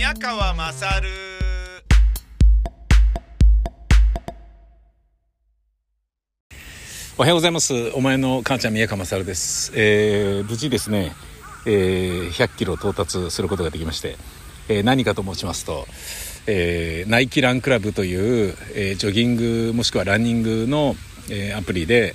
宮川勝。 おはようございます。お前の母ちゃん宮川勝です。無事ですね、100キロ到達することができまして、何かと申しますと、ナイキランクラブという、ジョギングもしくはランニングの、アプリで、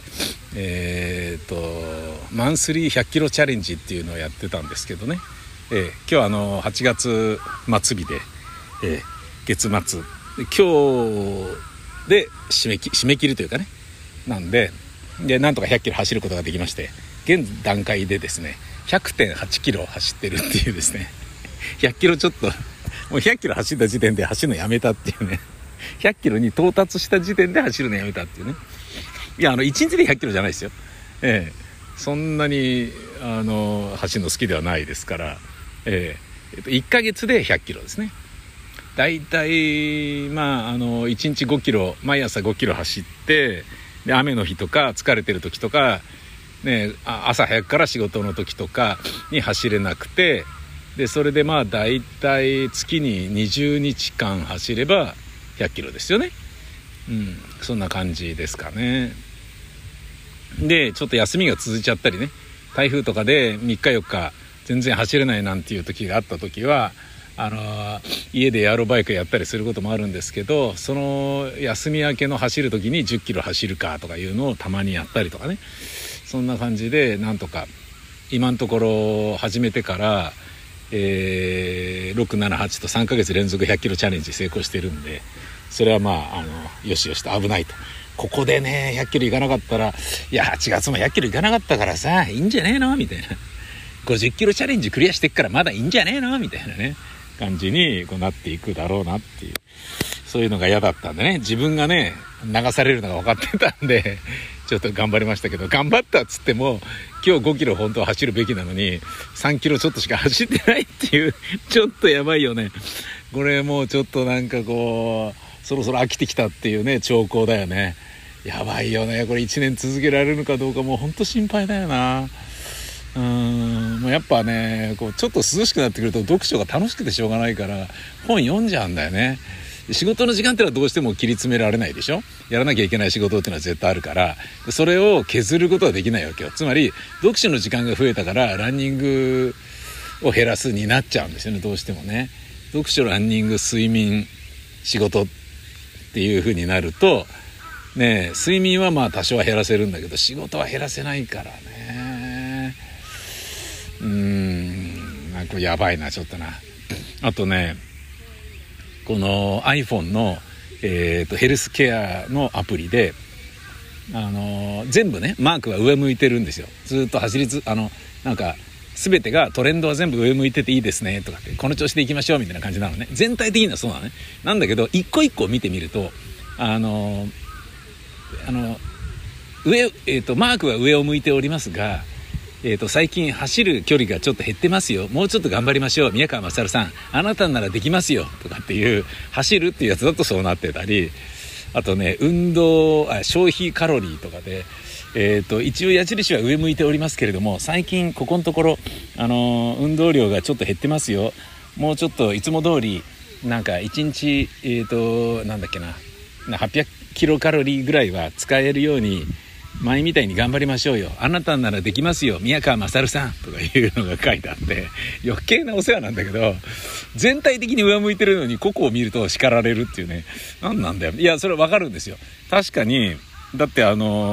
マンスリー100キロチャレンジっていうのをやってたんですけどね、今日は8月末日で、月末で今日で締め切りというかね、なんでなんとか100キロ走ることができまして、現段階でですね 100.8 キロ走ってるっていうですね100キロちょっと、もう100キロ走った時点で走るのやめたっていうね、100キロに到達した時点で走るのやめたっていうね。いや1日で100キロじゃないですよ、そんなに走るの好きではないですから、1ヶ月で100キロですね。だいたい1日5キロ、毎朝5キロ走って、で雨の日とか疲れてる時とか、朝早くから仕事の時とかに走れなくて、でそれでだいたい月に20日間走れば100キロですよね。そんな感じですかね。でちょっと休みが続いちゃったりね、台風とかで3日4日全然走れないなんていう時があった時は家でエアロバイクやったりすることもあるんですけど、その休み明けの走る時に10キロ走るかとかいうのをたまにやったりとかね、そんな感じでなんとか今のところ始めてから、6、7、8と3ヶ月連続100キロチャレンジ成功してるんで、それはよしよしと、危ないと。ここでね100キロいかなかったら、いや8月も100キロいかなかったからさ、いいんじゃねえのみたいな、50キロチャレンジクリアしてっからまだいいんじゃねえのみたいなね感じになっていくだろうなっていう、そういうのが嫌だったんでね、自分がね流されるのが分かってたんでちょっと頑張りましたけど、頑張ったっつっても今日5キロ本当は走るべきなのに3キロちょっとしか走ってないっていうちょっとやばいよねこれ。もうちょっとそろそろ飽きてきたっていうね兆候だよね。やばいよねこれ。1年続けられるのかどうかもう本当心配だよな。もうやっぱねちょっと涼しくなってくると読書が楽しくてしょうがないから本読んじゃうんだよね。仕事の時間ってのはどうしても切り詰められないでしょ。やらなきゃいけない仕事っていうのは絶対あるから、それを削ることはできないわけよ。つまり読書の時間が増えたからランニングを減らすになっちゃうんですよね、どうしてもね。読書、ランニング、睡眠、仕事っていう風になるとね、睡眠は多少は減らせるんだけど仕事は減らせないからね。これやばいなちょっとな。あとね、この iPhone の、ヘルスケアのアプリで全部ねマークが上向いてるんですよ。ずっと走り全てがトレンドは全部上向いてていいですねとかって、この調子でいきましょうみたいな感じなのね。全体的にはそうなのね。なんだけど一個一個見てみるとマークは上を向いておりますが、最近走る距離がちょっと減ってますよ、もうちょっと頑張りましょう宮川勝さん、あなたならできますよとかっていう走るっていうやつだとそうなってたり、あとね消費カロリーとかで一応矢印は上向いておりますけれども、最近ここのところ運動量がちょっと減ってますよ、もうちょっといつも通り1日800キロカロリーぐらいは使えるように前みたいに頑張りましょうよ、あなたならできますよ宮川勝さんとかいうのが書いてあって、余計なお世話なんだけど全体的に上向いてるのに個々を見ると叱られるっていうね。なんなんだよ。いやそれは分かるんですよ。確かにだって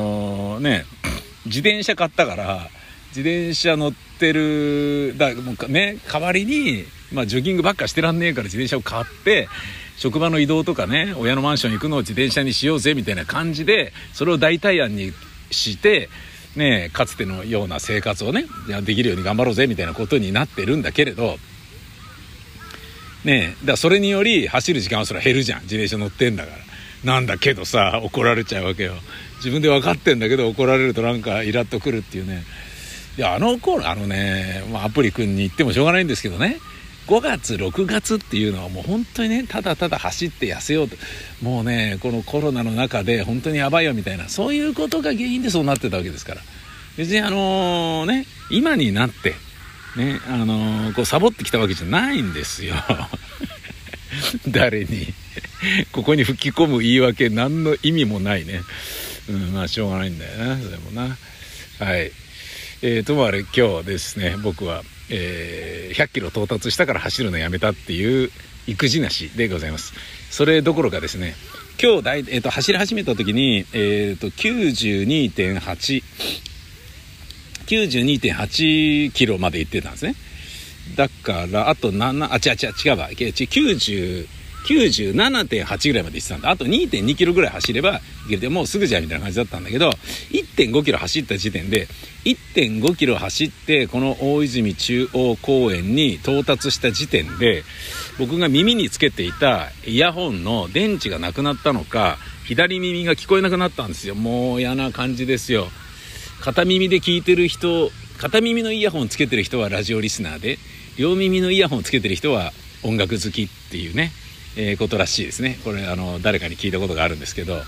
自転車買ったから自転車乗ってるもうね、代わりにジョギングばっかしてらんねえから自転車を買って職場の移動とかね、親のマンション行くのを自転車にしようぜみたいな感じで、それを代替案にしてね、かつてのような生活をねできるように頑張ろうぜみたいなことになってるんだけれどね、だからそれにより走る時間はそれは減るじゃん、自転車乗ってんだから。なんだけどさ怒られちゃうわけよ。自分で分かってんだけど怒られるとイラッとくるっていうね。いや頃アプリ君に言ってもしょうがないんですけどね、5月6月っていうのはもう本当にねただただ走って痩せようと、もうねこのコロナの中で本当にやばいよみたいな、そういうことが原因でそうなってたわけですから。別に今になってね、こうサボってきたわけじゃないんですよ誰にここに吹き込む言い訳何の意味もないね、まあしょうがないんだよな、それもな。はい、ともあれ今日ですね、僕は、100キロ到達したから走るのやめたっていう育児なしでございます。それどころかですね、今日走り始めた時に、92.8 キロまで行ってたんですね。だからあと違うわ、97.8 ぐらいまで行ってたんだ。あと 2.2 キロぐらい走ればいけて、もうすぐじゃんみたいな感じだったんだけど、 1.5 キロ走った時点で 1.5 キロ走って、この大泉中央公園に到達した時点で、僕が耳につけていたイヤホンの電池がなくなったのか、左耳が聞こえなくなったんですよ。もう嫌な感じですよ。片耳で聞いてる人、片耳のイヤホンつけてる人はラジオリスナーで、両耳のイヤホンつけてる人は音楽好きっていうね、ことらしいですね。これ誰かに聞いたことがあるんですけど、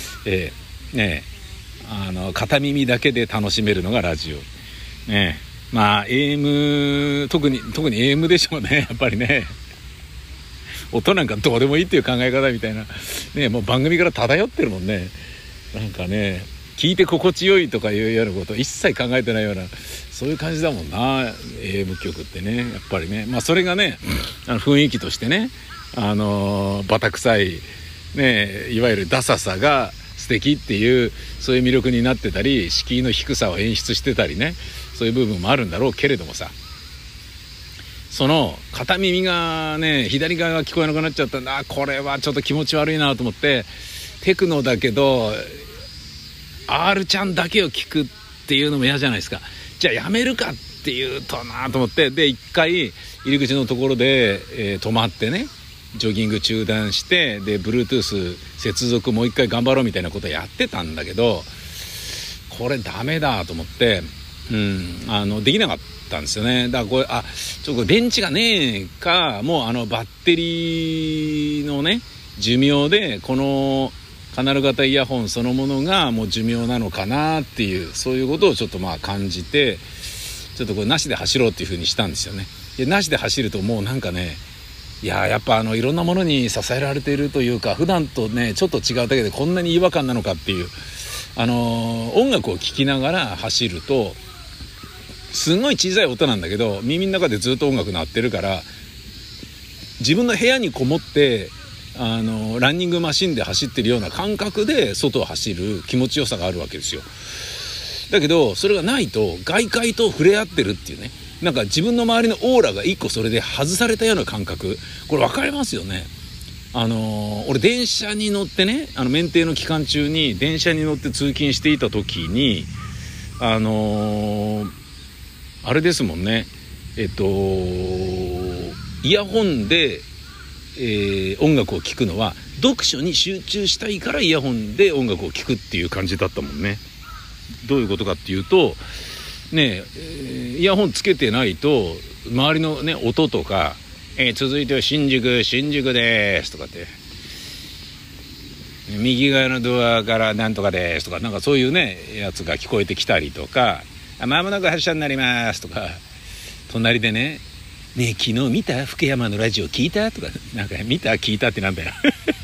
片耳だけで楽しめるのがラジオ、まあ AM 特に AM でしょうね、やっぱりね。音なんかどうでもいいっていう考え方みたいなね、もう番組から漂ってるもんね。なんかね、聞いて心地よいとかいうようなことを一切考えてないような、そういう感じだもんな、 AM 局ってね、やっぱりね。まあそれがね、雰囲気としてね、バタ臭いね、いわゆるダサさが素敵っていう、そういう魅力になってたり、敷居の低さを演出してたりね、そういう部分もあるんだろうけれどもさ、その片耳がね、左側が聞こえなくなっちゃったんだ。これはちょっと気持ち悪いなと思って、テクノだけど R ちゃんだけを聞くっていうのも嫌じゃないですか。じゃあやめるかっていうとなと思って、で一回入り口のところで、止まってね、ジョギング中断して、で Bluetooth 接続もう一回頑張ろうみたいなことやってたんだけど、これダメだと思って、できなかったんですよね。だからこれこれ電池がねえか、もうバッテリーのね寿命で、このカナル型イヤホンそのものがもう寿命なのかなっていう、そういうことをちょっとまあ感じて、ちょっとこれなしで走ろうっていう風にしたんですよね。でなしで走るともうなんかね、やっぱいろんなものに支えられているというか、普段とねちょっと違うだけでこんなに違和感なのかっていう、音楽を聴きながら走るとすごい小さい音なんだけど、耳の中でずっと音楽鳴ってるから、自分の部屋にこもってランニングマシンで走ってるような感覚で外を走る気持ちよさがあるわけですよ。だけどそれがないと外界と触れ合ってるっていうね、なんか自分の周りのオーラが一個それで外されたような感覚、これ分かりますよね。俺電車に乗ってね、免停の期間中に電車に乗って通勤していた時にあれですもんね、イヤホンで、音楽を聴くのは読書に集中したいからイヤホンで音楽を聴くっていう感じだったもんね。どういうことかっていうとね、イヤホンつけてないと周りのね音とか、続いては新宿ですとかって、右側のドアからなんとかですとか、なんかそういうねやつが聞こえてきたりとか、まもなく発車になりますとか、隣でね昨日見た福山のラジオ聞いたとか、なんか見た聞いたってなんだよ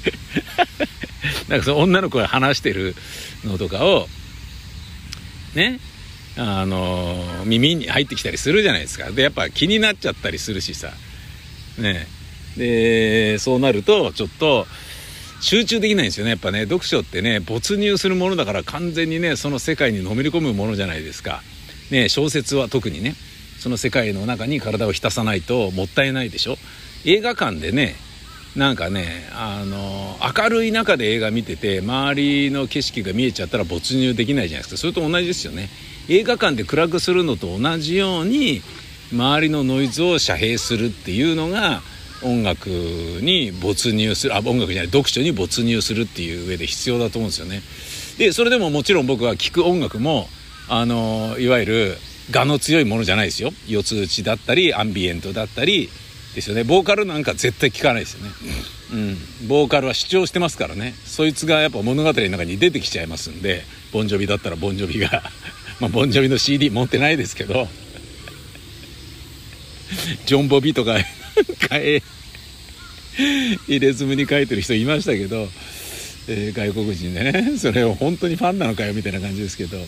なんかその女の子が話してるのとかをね、耳に入ってきたりするじゃないですか。でやっぱ気になっちゃったりするしさね、でそうなるとちょっと集中できないんですよね。やっぱね、読書ってね没入するものだから、完全にねその世界にのめり込むものじゃないですかね。小説は特にね、その世界の中に体を浸さないともったいないでしょ。映画館でね、なんかね明るい中で映画見てて周りの景色が見えちゃったら没入できないじゃないですか。それと同じですよね。映画館で暗くするのと同じように周りのノイズを遮蔽するっていうのが音楽に没入する、音楽じゃない、読書に没入するっていう上で必要だと思うんですよね。でそれでももちろん僕は聴く音楽もいわゆる我の強いものじゃないですよ。四つ打ちだったりアンビエントだったりですよね。ボーカルなんか絶対聴かないですよね。ボーカルは主張してますからね。そいつがやっぱ物語の中に出てきちゃいますんで、ボンジョビだったらボンジョビがボンジョビの CD 持ってないですけどジョン・ボビとか入れ墨に書いてる人いましたけど、外国人でね、それを本当にファンなのかよみたいな感じですけど、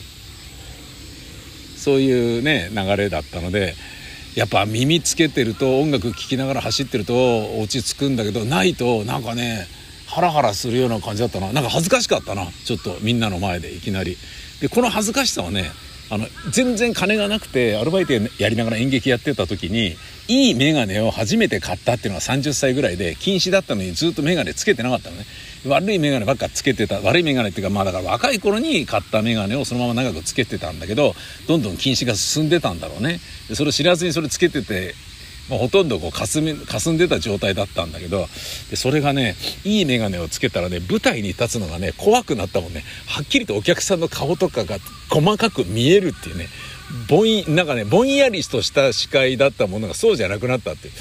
そういうね流れだったので、やっぱ耳つけてると、音楽聴きながら走ってると落ち着くんだけど、ないとなんかねハラハラするような感じだったな。なんか恥ずかしかったな、ちょっとみんなの前でいきなり。でこの恥ずかしさはね、全然金がなくてアルバイトやりながら演劇やってた時に、いいメガネを初めて買ったっていうのが30歳ぐらいで、禁止だったのにずっとメガネつけてなかったのね。悪いメガネばっかつけてた。悪いメガネっていうか、だから若い頃に買ったメガネをそのまま長くつけてたんだけど、どんどん禁止が進んでたんだろうね。でそれを知らずにそれつけてて、ほとんどこう霞んでた状態だったんだけど、でそれがね、いい眼鏡をつけたらね、舞台に立つのがね怖くなったもんね。はっきりとお客さんの顔とかが細かく見えるっていうね、なんかねぼんやりとした視界だったものがそうじゃなくなったっていう。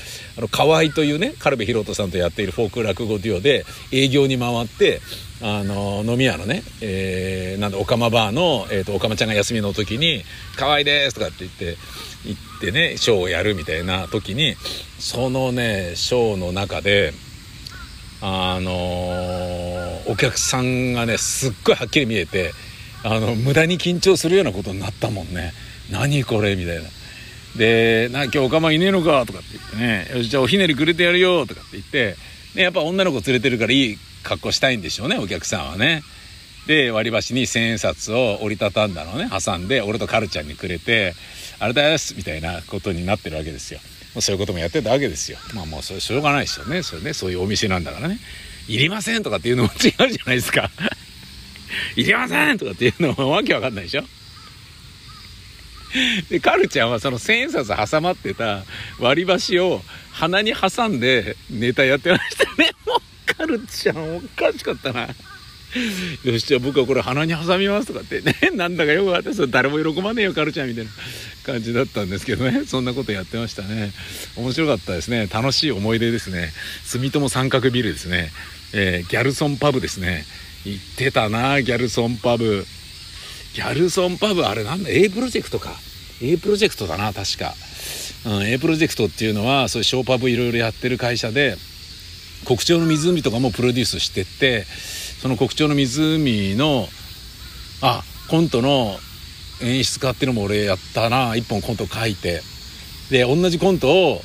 河合というね、軽部博人さんとやっているフォーク落語デュオで営業に回って、飲み屋のね、オカマバーの、オカマちゃんが休みの時に河合ですとかって行ってねショーをやるみたいな時に、そのねショーの中でお客さんがねすっごいはっきり見えて、無駄に緊張するようなことになったもんね。何これみたいな。で今日おかまいねえのかとかって言ってね、よしじゃあおひねりくれてやるよとかって言って、でやっぱ女の子連れてるからいい格好したいんでしょうね、お客さんはね。で割り箸に千円札を折りたたんだのをね挟んで、俺とカルちゃんにくれて、あれですみたいなことになってるわけですよ。もうそういうこともやってたわけですよ。もうそれしょうがないですよね、それね、そういうお店なんだからね。いりませんとかっていうのも違うじゃないですかいりませんとかっていうのもわけわかんないでしょ。でカルちゃんはその千円札挟まってた割り箸を鼻に挟んでネタやってましたね。もうカルちゃんおかしかったな。よしじゃあ僕はこれ鼻に挟みますとかってね、なんだかよくあって、それ誰も喜ばねえよカルちゃんみたいな感じだったんですけどね、そんなことやってましたね。面白かったですね。楽しい思い出ですね。住友三角ビルですね、ギャルソンパブですね。行ってたなギャルソンパブ。ギャルソンパブあれなんだ、 A プロジェクトか、 A プロジェクトだな確か、A プロジェクトっていうのはそういうショーパブいろいろやってる会社で、国鳥の湖とかもプロデュースしてって、その国鳥の湖のコントの演出家っていうのも俺やったな。一本コント書いて、で同じコントを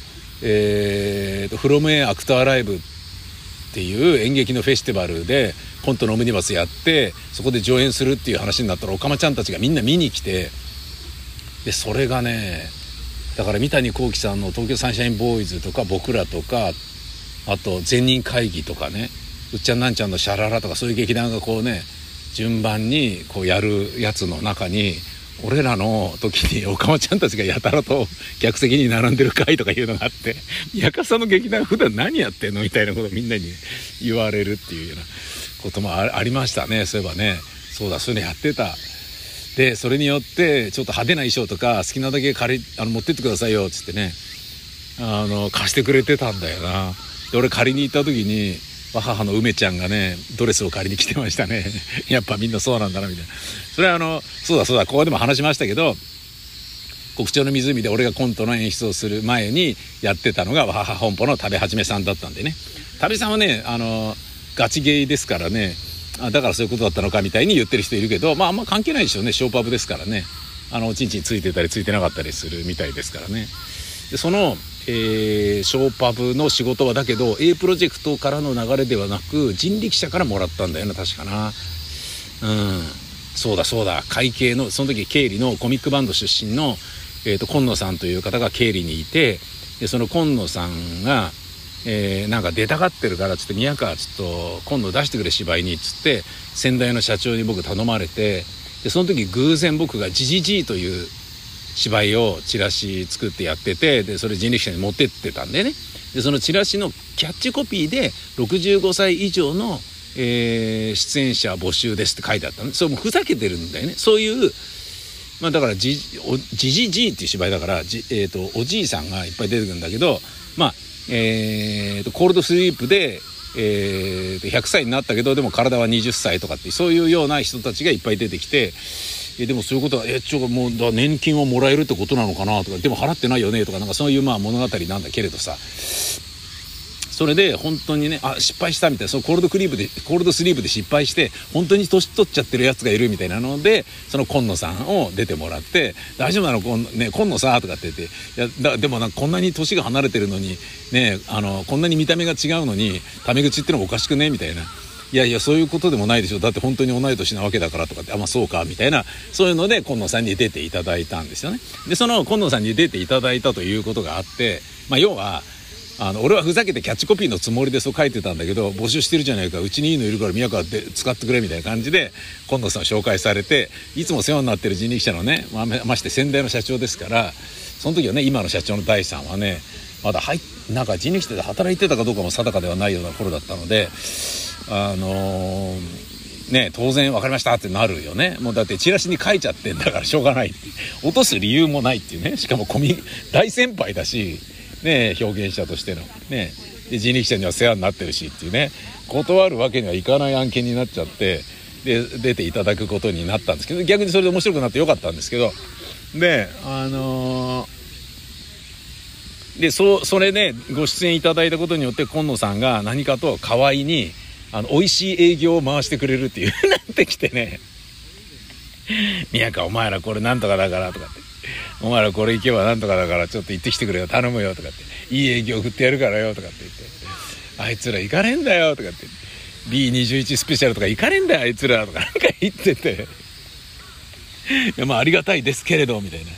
From A Actor Liveっていう演劇のフェスティバルでコントのオムニバスやって、そこで上演するっていう話になったら、おかまちゃんたちがみんな見に来て、でそれがね、だから三谷幸喜さんの東京サンシャインボーイズとか僕らとか、あと善人会議とかね、うっちゃんなんちゃんのシャララとか、そういう劇団がこうね順番にこうやるやつの中に、俺らの時におかまちゃんたちがやたらと客席に並んでる会とかいうのがあって、やかさの劇団普段何やってんのみたいなことをみんなに言われるっていうようなこともありましたね。そういえばね、そうだ、そういうのやってた。でそれによってちょっと派手な衣装とか好きなだけ持ってってくださいよっつってね、貸してくれてたんだよな。で俺借りに行った時に母の梅ちゃんがねドレスを借りに来てましたねやっぱみんなそうなんだなみたいな。それはそうだここでも話しましたけど、国鳥の湖で俺がコントの演出をする前にやってたのが母本舗の食べはじめさんだったんでね、食べさんはねガチゲイですからね、だからそういうことだったのかみたいに言ってる人いるけど、あんま関係ないでしょうね。ショーパブですからね、おちんちんついてたりついてなかったりするみたいですからね。でそのショーパブの仕事はだけど A プロジェクトからの流れではなく人力車からもらったんだよな確かな。そうだ会計のその時経理のコミックバンド出身の、今野さんという方が経理にいて、でその今野さんが、なんか出たがってるからつって宮川ちょっと今度出してくれ芝居にっつって先代の社長に僕頼まれて、でその時偶然僕がジジジーという芝居をチラシ作ってやってて、でそれ人力車に持ってってたんでね。でそのチラシのキャッチコピーで65歳以上の、出演者募集ですって書いてあったの。それもふざけてるんだよね。そういうだからジジジーっていう芝居だからおじいさんがいっぱい出てくるんだけど、コールドスリープで、100歳になったけどでも体は20歳とかってそういうような人たちがいっぱい出てきて、 でもそういうことはもう年金をもらえるってことなのかなとか、でも払ってないよねとか、なんかそういう物語なんだけれどさ、それで本当にね、失敗したみたいな、そのコールドスリーブで失敗して本当に年取っちゃってるやつがいるみたいなので、その今野さんを出てもらって、大丈夫なの今野さんとかって言って、でもこんなに年が離れてるのにね、こんなに見た目が違うのにタメ口ってのもおかしくねみたいな、いやそういうことでもないでしょ、だって本当に同い年なわけだからとかって、そうかみたいな、そういうので今野さんに出ていただいたんですよね。でその今野さんに出ていただいたということがあって、要は俺はふざけてキャッチコピーのつもりでそう書いてたんだけど、募集してるじゃないか、うちにいいのいるから宮川で使ってくれみたいな感じで今野さん紹介されて、いつも世話になってる人力車のね、まして先代の社長ですから、その時はね、今の社長の大さんはね、まだなんか人力車で働いてたかどうかも定かではないような頃だったので、当然分かりましたってなるよね。もうだってチラシに書いちゃってんだからしょうがない、落とす理由もないっていうね。しかも大先輩だしね、表現者としてのね、で人力車には世話になってるしっていうね、断るわけにはいかない案件になっちゃって、で出ていただくことになったんですけど、逆にそれで面白くなってよかったんですけど、ででそれでご出演いただいたことによって、今野さんが何かと河合に美味しい営業を回してくれるっていうなってきてね、宮川お前らこれなんとかだからとかって、お前らこれ行けばなんとかだからちょっと行ってきてくれよ、頼むよとかって、いい営業振ってやるからよとかって言って、あいつら行かねえんだよとかって、 B21 スペシャルとか行かねえんだよあいつらとかなんか言ってて、いやありがたいですけれどみたいな、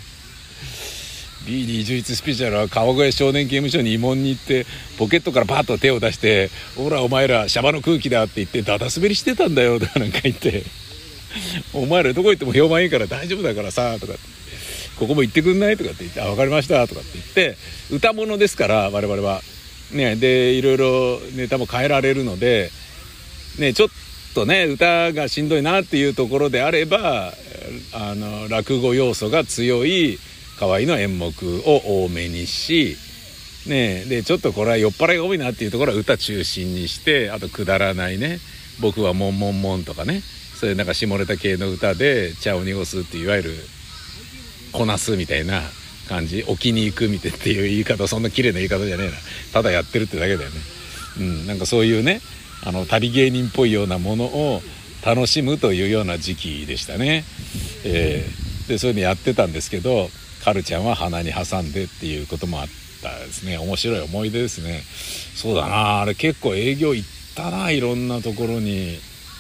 B21 スペシャルは川越少年刑務所に慰問に行ってポケットからパッと手を出して、ほらお前らシャバの空気だって言ってダダ滑りしてたんだよとかなんか言って、お前らどこ行っても評判いいから大丈夫だからさとかって、ここも行ってくんないとかって言って、分かりましたとかって言って、歌物ですから我々はね、でいろいろネタも変えられるのでね、ちょっとね歌がしんどいなっていうところであれば、落語要素が強い河合の演目を多めにしね、でちょっとこれは酔っ払いが多いなっていうところは歌中心にして、あとくだらないね、僕はもんもんもんとかね、そういうなんか下ネタ系の歌で茶を濁すっていう、いわゆるこなすみたいな感じ、置きに行くみたいっていう言い方、そんな綺麗な言い方じゃねえな、ただやってるってだけだよね。なんかそういうね、旅芸人っぽいようなものを楽しむというような時期でしたね。でそういうのやってたんですけど、カルちゃんは鼻に挟んでっていうこともあったですね。面白い思い出ですね。そうだな、あれ結構営業行ったな、いろんなところに。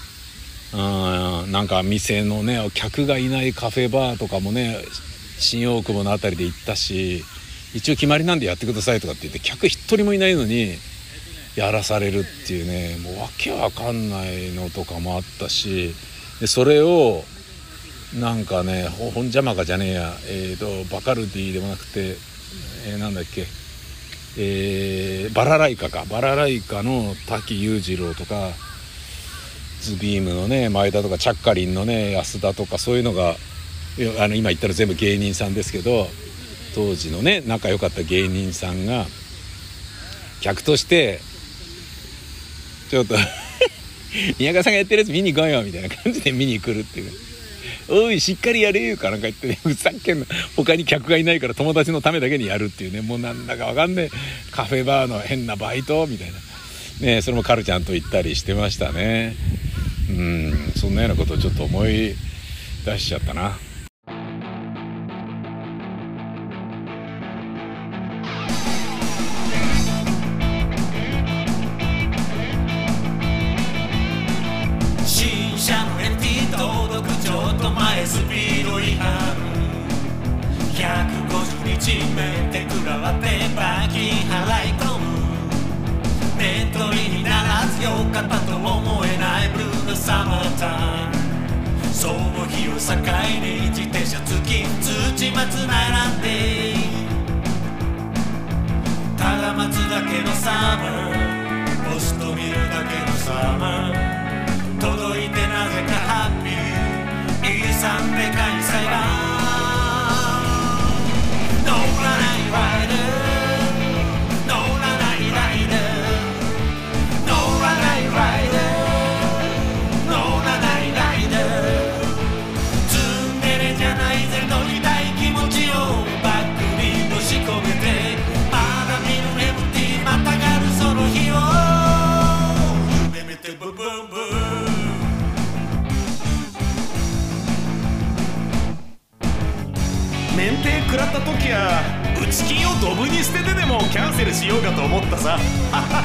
なんか店のね、客がいないカフェバーとかもね、新大久保のあたりで行ったし、一応決まりなんでやってくださいとかって言って客一人もいないのにやらされるっていうね、もうわけわかんないのとかもあったし、でそれをなんかね、本邪魔かじゃねえや、バカルディでもなくて、なんだっけ、バラライカの滝裕次郎とか、ズビームのね前田とか、チャッカリンのね安田とか、そういうのが今言ったら全部芸人さんですけど、当時のね仲良かった芸人さんが客としてちょっと宮川さんがやってるやつ見に来いよみたいな感じで見に来るっていう、おいしっかりやれよかなんか言って、ね、ふざけんな、他に客がいないから友達のためだけにやるっていうね、もうなんだかわかんねえカフェバーの変なバイトみたいなね、それもカルちゃんと行ったりしてましたね。そんなようなことをちょっと思い出しちゃったな。 新車の MT 届くちょっと前スピード違反150日目で食らわって罰金払い込む、ネットにならずよかったと思えないブルーなサマータイム、その日を境に自転車付き土松並んで、ただ待つだけのサマー、ポスト見るだけのサマー、届いてなぜかハッピー、遺産でかい裁判、乗らないワイド乗らないライダー、乗らないライダー乗らないライダー、積んで定食らった時は打ち金をドブに捨ててでもキャンセルしようかと思ったさだが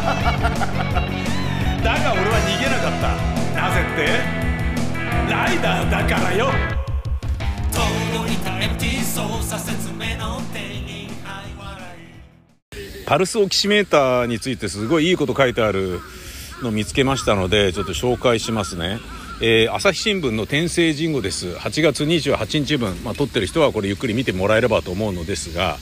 俺は逃げなかった。なぜってライダーだからよ。 届いた MT 操作説明の店員はい笑い。 パルスオキシメーターについてすごいいいこと書いてあるのを見つけましたので、ちょっと紹介しますね。朝日新聞の天聖人語です。8月28日分、撮ってる人はこれゆっくり見てもらえればと思うのですが、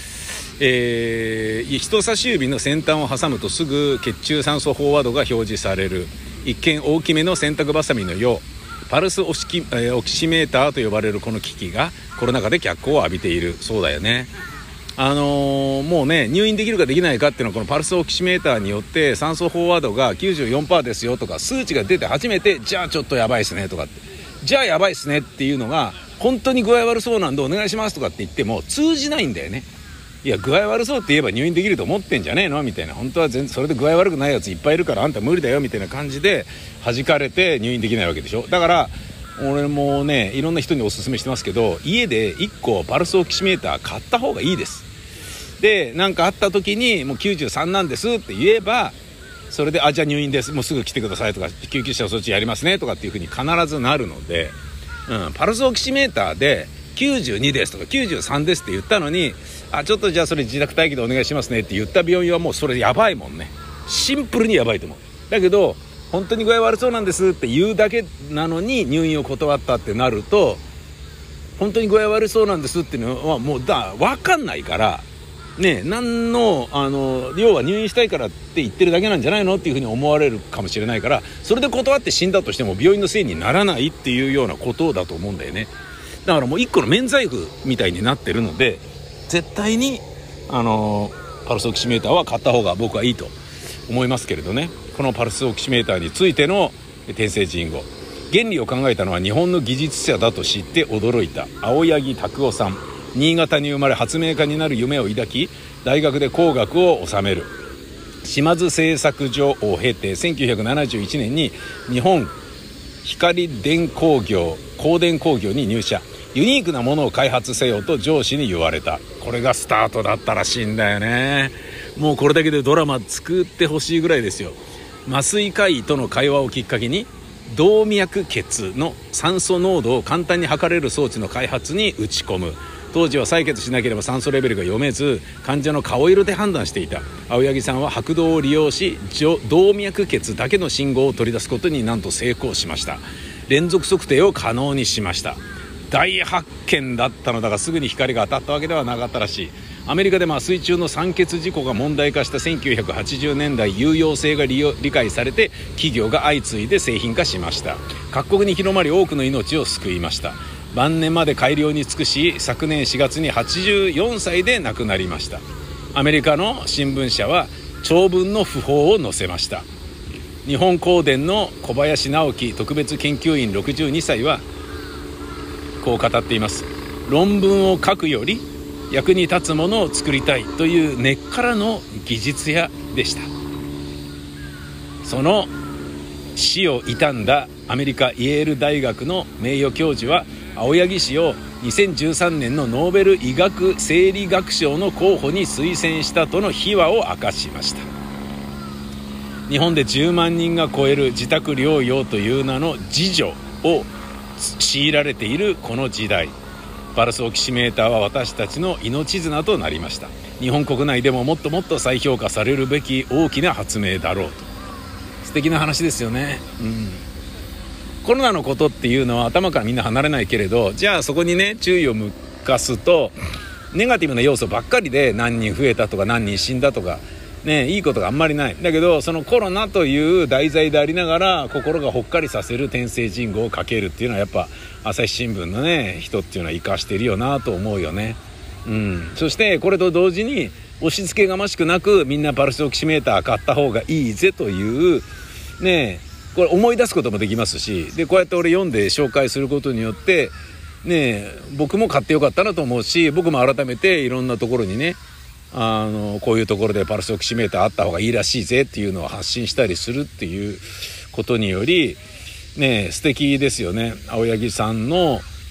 人差し指の先端を挟むとすぐ血中酸素飽和度が表示される一見大きめの洗濯バサミのよう、パルスオキシメーターと呼ばれるこの機器がコロナ禍で脚光を浴びているそうだよね。もうね、入院できるかできないかっていうのはこのパルスオキシメーターによって酸素飽和度が 94% ですよとか数値が出て初めて、じゃあちょっとやばいですねとかって、じゃあやばいですねっていうのが本当に具合悪そうなんでお願いしますとかって言っても通じないんだよね。いや、具合悪そうって言えば入院できると思ってんじゃねえのみたいな、本当は全然それで具合悪くないやついっぱいいるからあんた無理だよみたいな感じで弾かれて入院できないわけでしょ。だから俺もね、いろんな人におすすめしてますけど、家で1個パルスオキシメーター買った方がいいです。で、なんかあった時にもう93なんですって言えば、それでじゃあ入院です、もうすぐ来てくださいとか、救急車そっちやりますねとかっていう風に必ずなるので、パルスオキシメーターで92ですとか93ですって言ったのに、ちょっとじゃあそれ自宅待機でお願いしますねって言った病院はもうそれやばいもんね。シンプルにやばいと思う。だけど本当に具合悪そうなんですって言うだけなのに入院を断ったってなると、本当に具合悪そうなんですっていうのはもう分かんないからね、何の要は入院したいからって言ってるだけなんじゃないのっていうふうに思われるかもしれないから、それで断って死んだとしても病院のせいにならないっていうようなことだと思うんだよね。だからもう一個の免罪符みたいになってるので、絶対にパルスオキシメーターは買った方が僕はいいと思いますけれどね。このパルスオキシメーターについての天聖人語、原理を考えたのは日本の技術者だと知って驚いた青柳拓夫さん。新潟に生まれ発明家になる夢を抱き、大学で工学を修める。島津製作所を経て1971年に日本光電工業光電工業に入社。ユニークなものを開発せよと上司に言われた。これがスタートだったらしいんだよね。もうこれだけでドラマ作ってほしいぐらいですよ。麻酔科医との会話をきっかけに動脈血の酸素濃度を簡単に測れる装置の開発に打ち込む。当時は採血しなければ酸素レベルが読めず、患者の顔色で判断していた青柳さんは拍動を利用し動脈血だけの信号を取り出すことになんと成功しました。連続測定を可能にしました。大発見だったのだが、すぐに光が当たったわけではなかったらしい。アメリカで麻酔中の酸欠事故が問題化した1980年代、有用性が理解されて企業が相次いで製品化しました。各国に広まり多くの命を救いました。晩年まで改良に尽くし、昨年4月に84歳で亡くなりました。アメリカの新聞社は長文の訃報を載せました。日本光電の小林直樹特別研究員62歳はこう語っています。論文を書くより役に立つものを作りたいという根っからの技術屋でした。その死を悼んだアメリカイェール大学の名誉教授は青柳氏を2013年のノーベル医学生理学賞の候補に推薦したとの秘話を明かしました。日本で10万人が超える自宅療養という名の自助を強いられているこの時代、パルスオキシメーターは私たちの命綱となりました。日本国内でももっともっと再評価されるべき大きな発明だろうと。素敵な話ですよね。コロナのことっていうのは頭からみんな離れないけれど、じゃあそこにね注意を向かすとネガティブな要素ばっかりで何人増えたとか何人死んだとかね、いいことがあんまりない。だけどそのコロナという題材でありながら心がほっかりさせる天聖人語をかけるっていうのはやっぱ朝日新聞のね人っていうのは生かしてるよなと思うよね。そしてこれと同時に押し付けがましくなく、みんなパルスオキシメーター買った方がいいぜというね、これ思い出すこともできますし、でこうやって俺読んで紹介することによってね、僕も買ってよかったなと思うし、僕も改めていろんなところにねこういうところでパルスオキシメーターあった方がいいらしいぜっていうのを発信したりするっていうことによりね、素敵ですよね。青柳さんの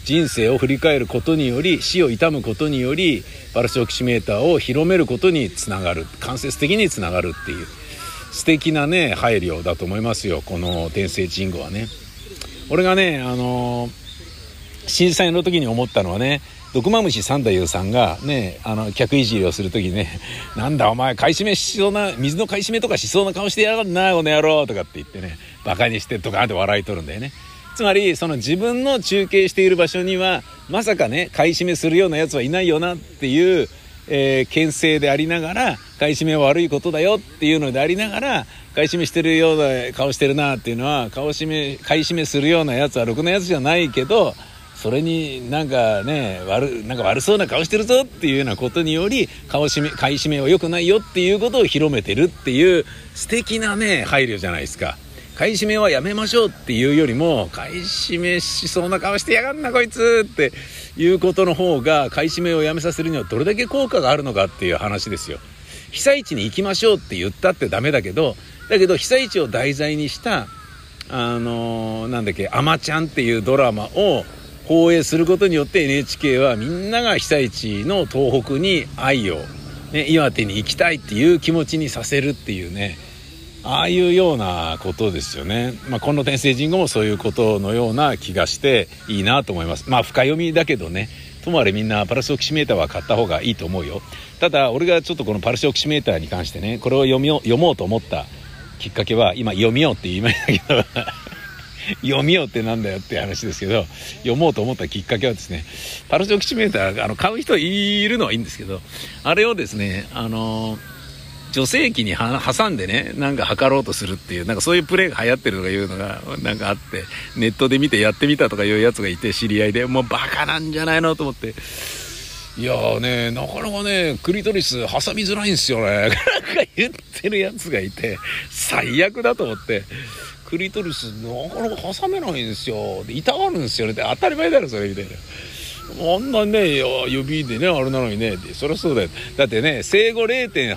人生を振り返ることにより、死を悼むことによりパルスオキシメーターを広めることにつながる、間接的につながるっていう素敵なね配慮だと思いますよ、この天聖人語はね。俺がね震災の時に思ったのはね、毒マムシ三太夫さんがね客いじりをする時にね、なんだお前買い占めしそうな、水の買い占めとかしそうな顔してやがるなこの野郎とかって言ってね、バカにしてとかって笑い取るんだよね。つまりその自分の中継している場所にはまさかね買い占めするようなやつはいないよなっていう、牽制でありながら、買い占めは悪いことだよっていうのでありながら、買い占めしてるような顔してるなっていうのは、買い占めするようなやつはろくなやつじゃないけど、それになんかねなんか悪そうな顔してるぞっていうようなことにより、買い占めは良くないよっていうことを広めてるっていう素敵なね配慮じゃないですか。買い占めはやめましょうっていうよりも、買い占めしそうな顔してやがんなこいつっていうことの方が、買い占めをやめさせるにはどれだけ効果があるのかっていう話ですよ。被災地に行きましょうって言ったってダメだけど、被災地を題材にしたなんだっけ、あまちゃんっていうドラマを放映することによって NHK はみんなが被災地の東北に愛を、ね、岩手に行きたいっていう気持ちにさせるっていうね、ああいうようなことですよね。この天聖人語もそういうことのような気がしていいなと思います。深読みだけどね、ともあれみんなパルスオキシメーターは買った方がいいと思うよ。ただ俺がちょっとこのパルスオキシメーターに関してね、これを読もうと思ったきっかけは、今読みようって言いましたけど読みようってなんだよって話ですけど、読もうと思ったきっかけはですね、パルスオキシメーター買う人いるのはいいんですけど、あれをですね女性器に挟んでね、なんか測ろうとするっていう、なんかそういうプレーが流行ってるとかいうのがなんかあって、ネットで見てやってみたとかいうやつがいて、知り合いで、もうバカなんじゃないのと思って、いやーね、なかなかねクリトリス挟みづらいんですよねなんか言ってるやつがいて、最悪だと思って、クリトリスなかなか挟めないんですよ、で痛がるんですよねって、当たり前だろそれみたいな。あんなね指でねあれなのにね、そりゃそうだよ。だってね生後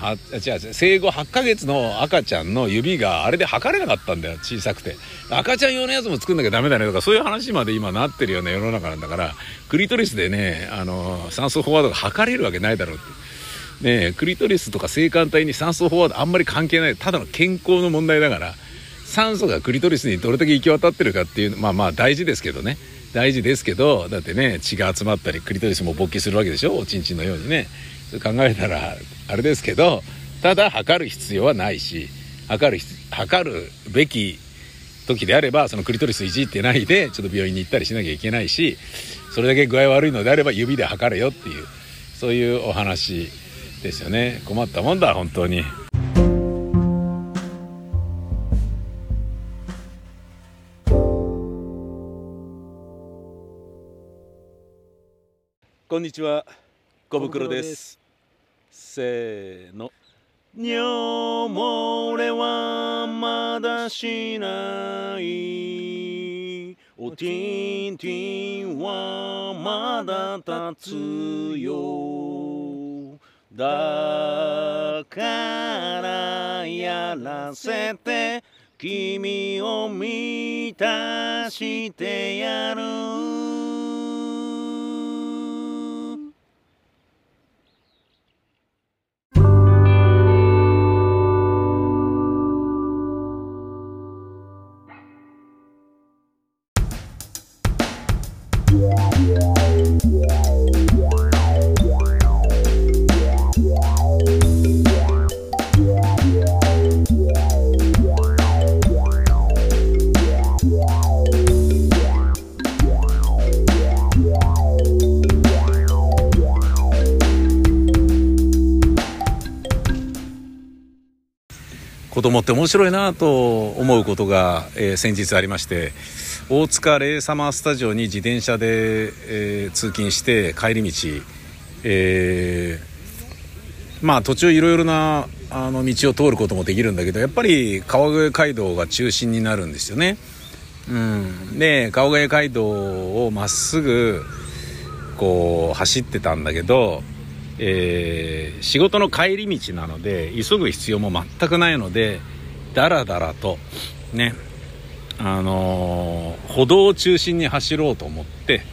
8ヶ月の赤ちゃんの指があれで測れなかったんだよ、小さくて。赤ちゃん用のやつも作んなきゃダメだねとか、そういう話まで今なってるような世の中なんだから、クリトリスでね酸素飽和度が測れるわけないだろうってね。クリトリスとか性感帯に酸素飽和度あんまり関係ない、ただの健康の問題だから、酸素がクリトリスにどれだけ行き渡ってるかっていう大事ですけどね、大事ですけど、だってね血が集まったりクリトリスも勃起するわけでしょ、おちんちんのようにね。それ考えたらあれですけど、ただ測る必要はないし、測るべき時であればそのクリトリスいじってないでちょっと病院に行ったりしなきゃいけないし、それだけ具合悪いのであれば指で測れよっていう、そういうお話ですよね。困ったもんだ本当に。こんにちは、小袋です。せーの。尿漏れはまだしない、おティンティンはまだ立つよ、だからやらせて君を満たしてやる。子供って面白いなと思うことが、先日ありまして、大塚レイサマースタジオに自転車で、通勤して帰り道、途中いろいろな道を通ることもできるんだけど、やっぱり川越街道が中心になるんですよね。で川越街道をまっすぐこう走ってたんだけど、仕事の帰り道なので急ぐ必要も全くないので、だらだらとね歩道を中心に走ろうと思って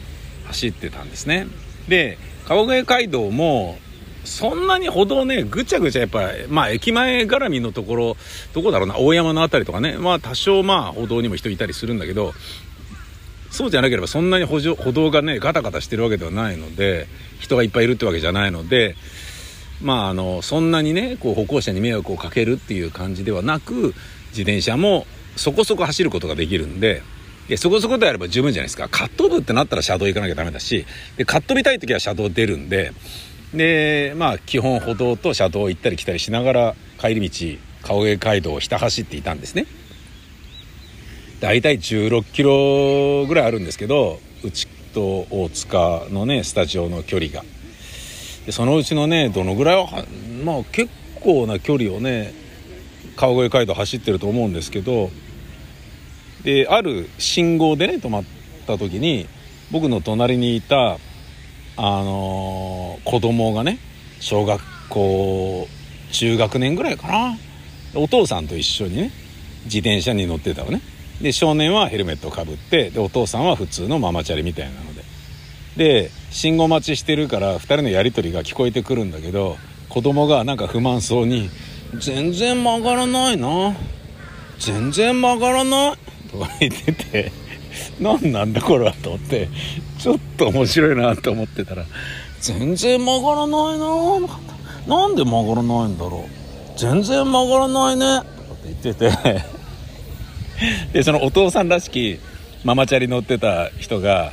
走ってたんですね。で川越街道もそんなに歩道ねぐちゃぐちゃやっぱ駅前絡みのところどこだろうな、大山のあたりとかね、多少歩道にも人いたりするんだけど、そうじゃなければそんなに歩道がねガタガタしてるわけではないので、人がいっぱいいるってわけじゃないので、そんなにねこう歩行者に迷惑をかけるっていう感じではなく、自転車もそこそこ走ることができるんで、そこそこであれば十分じゃないですか。カット部ってなったら車道行かなきゃダメだし、でカットびたい時は車道出るんで、基本歩道と車道を行ったり来たりしながら帰り道川越街道をひた走っていたんですね。だいたい16キロぐらいあるんですけど、うちと大塚のねスタジオの距離が、でそのうちのねどのぐらいは結構な距離をね川越街道走ってると思うんですけど、である信号でね止まった時に、僕の隣にいた子供がね小学校中学年ぐらいかな、お父さんと一緒にね自転車に乗ってたのね。で少年はヘルメットをかぶって、でお父さんは普通のママチャリみたいなので信号待ちしてるから2人のやり取りが聞こえてくるんだけど、子供がなんか不満そうに全然曲がらないな、全然曲がらないとか言ってて、何なんだこれはと思って、ちょっと面白いなと思ってたら、全然曲がらないな、なんで曲がらないんだろう、全然曲がらないねとかって言っててでそのお父さんらしきママチャリ乗ってた人が、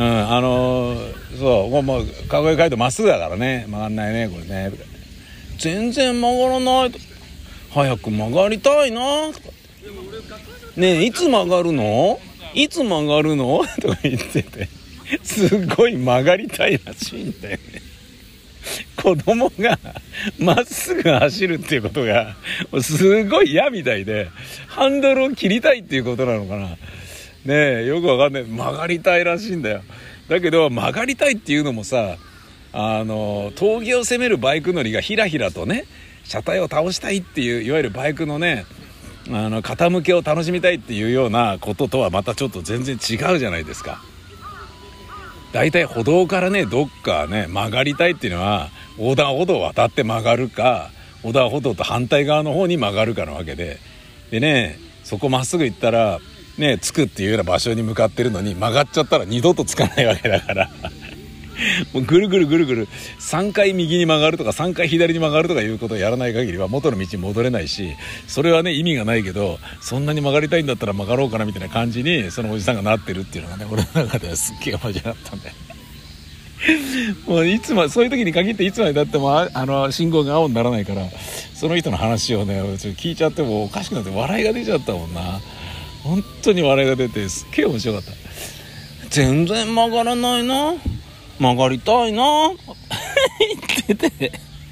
そうもう川越街道まっすぐだからね曲がんないねこれねとか、全然曲がらないと、早く曲がりたいなとか、ねえいつ曲がるのいつ曲がるのとか言ってて、すごい曲がりたいらしいんだよね。子供がまっすぐ走るっていうことがすごい嫌みたいで、ハンドルを切りたいっていうことなのかなねえ、よくわかんない。曲がりたいらしいんだよ。だけど曲がりたいっていうのもさ、峠を攻めるバイク乗りがひらひらとね車体を倒したいっていう、いわゆるバイクのね傾けを楽しみたいっていうようなこととはまたちょっと全然違うじゃないですか。だいたい歩道からねどっかね曲がりたいっていうのは、横断歩道を渡って曲がるか、横断歩道と反対側の方に曲がるかなわけで、でねそこまっすぐ行ったらね着くっていうような場所に向かってるのに、曲がっちゃったら二度と着かないわけだからもうぐるぐるぐるぐる3回右に曲がるとか3回左に曲がるとかいうことをやらない限りは元の道に戻れないし、それはね意味がないけど、そんなに曲がりたいんだったら曲がろうかなみたいな感じにそのおじさんがなってるっていうのがね、俺の中ではすっげえ面白かったんだよもういつもそういう時に限っていつまでだっても信号が青にならないから、その人の話をねちょっと聞いちゃってもおかしくなって笑いが出ちゃったもんな。本当に笑いが出てすっげえ面白かった。全然曲がらないな、曲がりたいな言ってて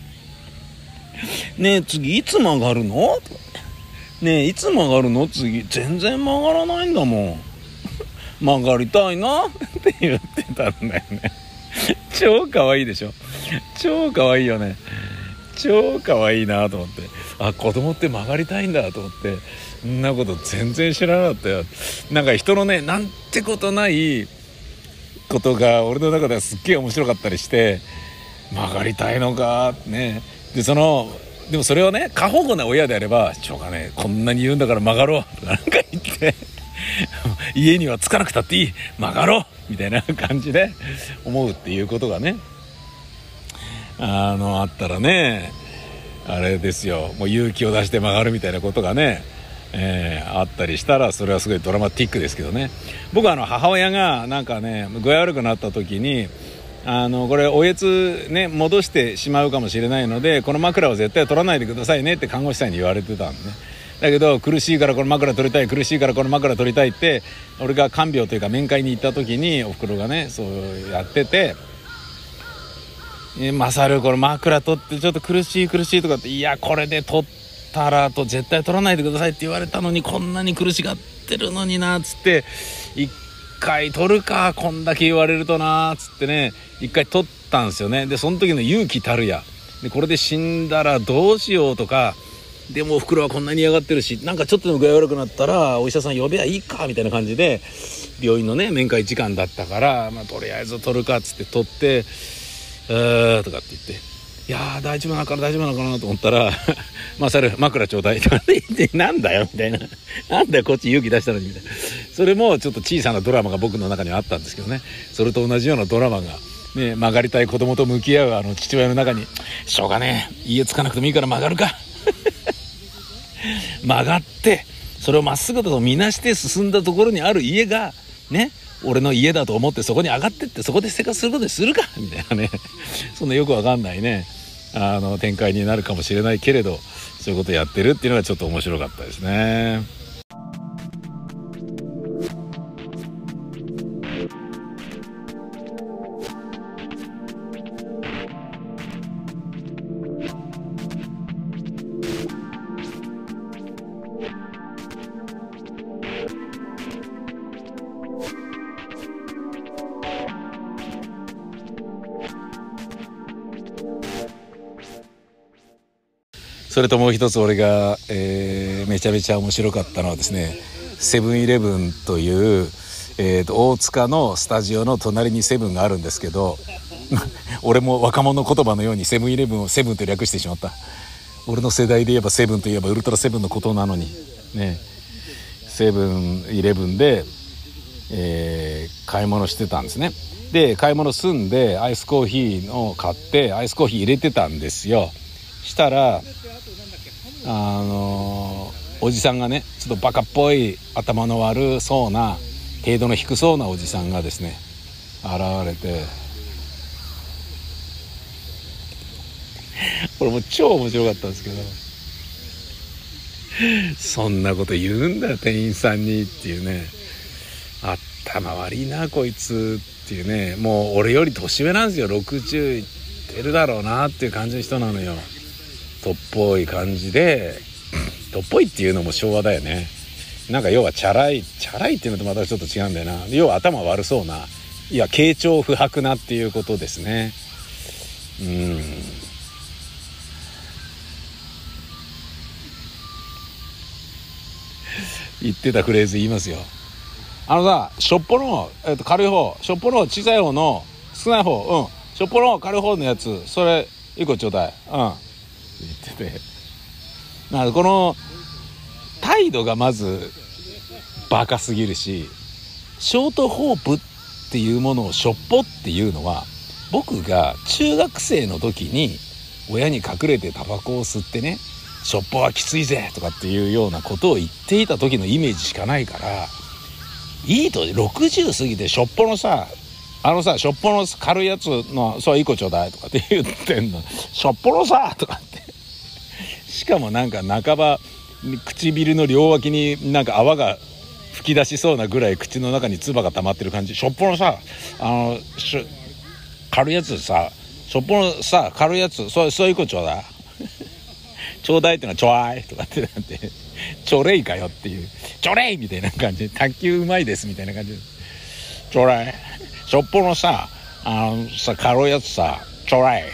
ねえ次いつ曲がるのねえいつ曲がるの次、全然曲がらないんだもん曲がりたいなって言ってたんだよね超可愛いでしょ、超可愛いよね、超可愛いなと思って、子供って曲がりたいんだと思って、そんなこと全然知らなかったよ。なんか人のねなんてことないことが俺の中ではすっげえ面白かったりして、曲がりたいのかね。でもそれをね過保護な親であれば、しょうがねこんなに言うんだから曲がろうとかなんか言って家には着かなくたっていい、曲がろうみたいな感じで思うっていうことがねあったらね、あれですよ、もう勇気を出して曲がるみたいなことがね、あったりしたら、それはすごいドラマティックですけどね。僕は母親がなんかね具合悪くなった時にこれおえつね戻してしまうかもしれないので、この枕は絶対取らないでくださいねって看護師さんに言われてたんでね。だけど苦しいからこの枕取りたい、苦しいからこの枕取りたいって俺が看病というか面会に行った時におふくろがねそうやってて、マサルこの枕取ってちょっと苦しいとかって、いやこれで取ったらと絶対取らないでくださいって言われたのに、こんなに苦しがってるのになっつって、一回取るかこんだけ言われるとなっつってね一回取ったんですよね。でその時の勇気たるやで、これで死んだらどうしようとか、でもおふくろはこんなに嫌がってるし、なんかちょっとでも具合悪くなったらお医者さん呼べばいいかみたいな感じで病院のね面会時間だったから、とりあえず取るかっつって取ってとかって言って、いやー大丈夫なのかなと思ったらそれ枕ちょうだいとかって言ってなんだよみたいな、なんだよこっち勇気出したのにみたいな。それもちょっと小さなドラマが僕の中にはあったんですけどね、それと同じようなドラマがね、曲がりたい子供と向き合う父親の中に、しょうがねえ家つかなくてもいいから曲がるか曲がってそれをまっすぐだと見なして進んだところにある家がね俺の家だと思ってそこに上がってってそこで生活することにするかみたいなねそんなよくわかんないね展開になるかもしれないけれど、そういうことやってるっていうのがちょっと面白かったですね。それともう一つ俺が、めちゃめちゃ面白かったのはですね、セブンイレブンという、大塚のスタジオの隣にセブンがあるんですけど俺も若者言葉のようにセブンイレブンをセブンと略してしまった。俺の世代で言えばセブンといえばウルトラセブンのことなのにね、セブンイレブンで、買い物してたんですね。で買い物済んでアイスコーヒーを買ってアイスコーヒー入れてたんですよ。したらおじさんがね、ちょっとバカっぽい頭の悪そうな程度の低そうなおじさんがですね現れて、これもう超面白かったんですけど、そんなこと言うんだ店員さんにっていうね、頭悪いなこいつっていうね、もう俺より年上なんですよ。60いってるだろうなっていう感じの人なのよ。とっぽい感じで、とっぽいっていうのも昭和だよね。なんか要はチャラいっていうのとまたちょっと違うんだよな。要は頭悪そうな、いや傾聴不白なっていうことですね。言ってたフレーズ言いますよ。しょっぽの、軽い方、しょっぽの小さい方の少ない方、しょっぽの軽い方のやつ、それ1個ちょうだい、言ってて、この態度がまずバカすぎるし、ショートホープっていうものをしょっぽっていうのは、僕が中学生の時に親に隠れてタバコを吸ってね、しょっぽはきついぜとかっていうようなことを言っていた時のイメージしかないから、いいと60過ぎてしょっぽのさ、しょっぽの軽いやつのそう1個ちょうだいとかって言ってんの、しょっぽのさとかって、しかもなんか半ば唇の両脇になんか泡が吹き出しそうなぐらい口の中に唾が溜まってる感じ。しょっぽのさ軽いやつさ、しょっぽのさ軽いやつそう1個ちょうだいちょうだいってのはちょわいとかってなんてちょれいかよっていう、ちょれいみたいな感じで、卓球うまいですみたいな感じで、ちょれいしょっぽのさ軽いやつさちょらい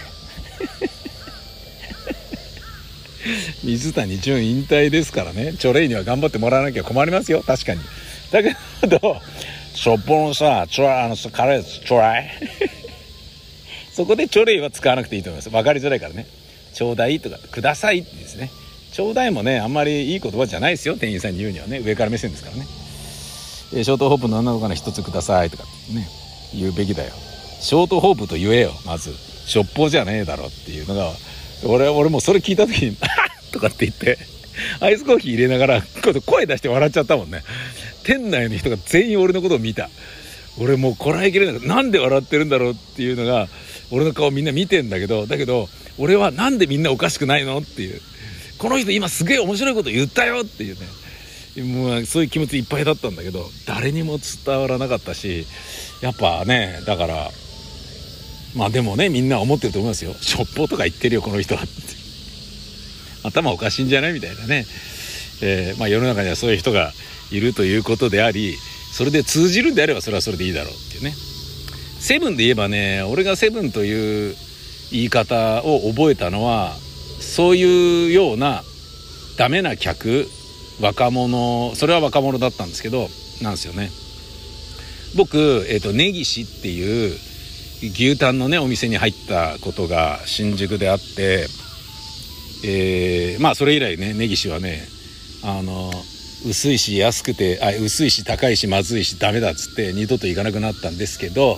水谷隼引退ですからね、チョレイには頑張ってもらわなきゃ困りますよ、確かに。だけどしょっぽのさ軽いやつちょらいそこでチョレイは使わなくていいと思います。分かりづらいからね。ちょうだいとかくださいってですね、ちょうだいもねあんまりいい言葉じゃないですよ、店員さんに言うにはね。上から目線ですからね。ショートホープの女の子から一つくださいとかね言うべきだよ。ショートホープと言えよ、まず。しょっぽじゃねえだろっていうのが、俺もそれ聞いた時にとかって言ってアイスコーヒー入れながら声出して笑っちゃったもんね。店内の人が全員俺のことを見た。俺もうこらえきれなくて、なんで笑ってるんだろうっていうのが、俺の顔みんな見てんだけど、俺はなんでみんなおかしくないのっていう、この人今すげえ面白いこと言ったよっていうね、もうそういう気持ちいっぱいだったんだけど、誰にも伝わらなかったし、やっぱね、だからでもね、みんな思ってると思いますよ。しょっぽとか言ってるよこの人はって頭おかしいんじゃないみたいなね。世の中にはそういう人がいるということであり、それで通じるんであればそれはそれでいいだろうっていうね。セブンで言えばね、俺がセブンという言い方を覚えたのは、そういうようなダメな客、若者、それは若者だったんですけどなんですよね。 僕、根岸っていう牛タンのねお店に入ったことが新宿であって、それ以来ね根岸はね薄いし安くて薄いし高いしまずいしダメだっつって二度と行かなくなったんですけど、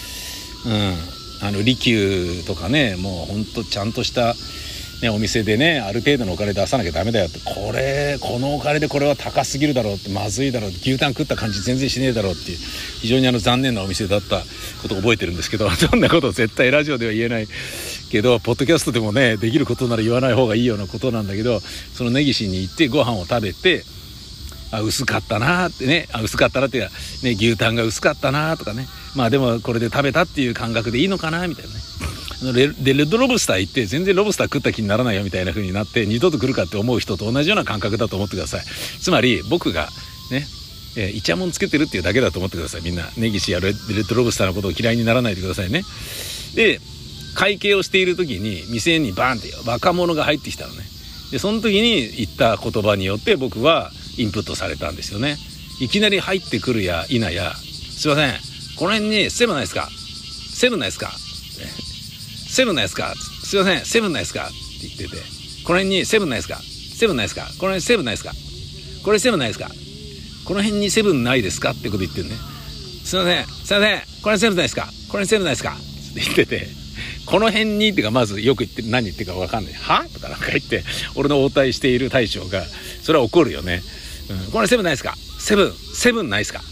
利休とかねもうほんとちゃんとしたね、お店でねある程度のお金出さなきゃダメだよって、このお金でこれは高すぎるだろうって、まずいだろう、牛タン食った感じ全然しねえだろうっていう非常に残念なお店だったことを覚えてるんですけど、そんなこと絶対ラジオでは言えないけどポッドキャストでもねできることなら言わない方がいいようなことなんだけど、その根岸に行ってご飯を食べて薄かったなってね、薄かったなっていうか、ね、牛タンが薄かったなとかね、でもこれで食べたっていう感覚でいいのかなみたいなね。レッドロブスター行って全然ロブスター食った気にならないよみたいな風になって二度と来るかって思う人と同じような感覚だと思ってください。つまり僕がねイチャモンつけてるっていうだけだと思ってください。みんな根岸やレッドロブスターのことを嫌いにならないでくださいね。で会計をしている時に店にバーンって若者が入ってきたのね。でその時に言った言葉によって僕はインプットされたんですよね。いきなり入ってくるや否や、すいませんこの辺にセブンないですか、セブンないですか、セブンないですか、すいませんセブンないですかって言ってて、この辺にセブンないですか、セブンないですか、この辺セブンないですか、これセブンないですか、この辺にセブンないですかってこと言ってるね。すいませんすいませんこれセブンないですか、これセブンないですかって言ってて、この辺にっていうかまずよく言って何言ってるか分かんない、はとかなんか言って俺の応対している大将がそれは怒るよね。これセブンないですか、セブンないですか、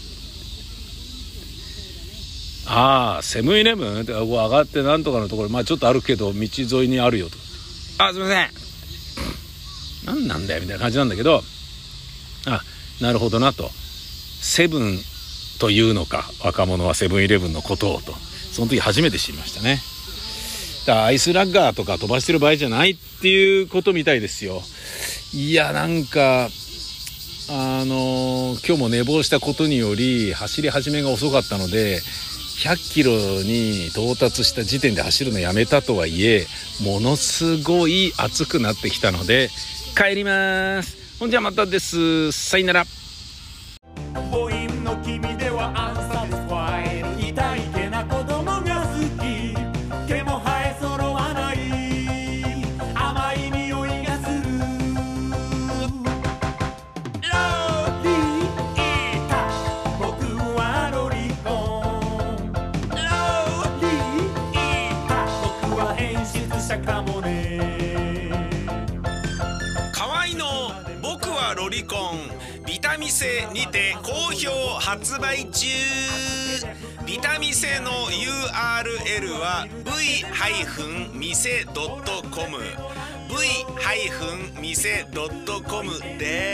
セブンイレブンって上がってなんとかのところちょっと歩くけど道沿いにあるよと、すいません何なんだよみたいな感じなんだけど、なるほどなと、セブンというのか若者はセブンイレブンのことをと、その時初めて知りましたね。だからアイスラッガーとか飛ばしてる場合じゃないっていうことみたいですよ。いやなんか今日も寝坊したことにより走り始めが遅かったので100キロに到達した時点で走るのやめたとはいえものすごい暑くなってきたので帰ります。ほんじゃまたです。さよなら。 母音の君ではアンサティスファイ、痛いけな子供が好き、毛も生え揃わない甘い匂いがする、ロリータ僕はロリコン、ロリータ僕は演出者かもね。 河合の僕はロリコンビタミセにて好評発売中。ビタミセの URL は v-mise.com v-mise.com です。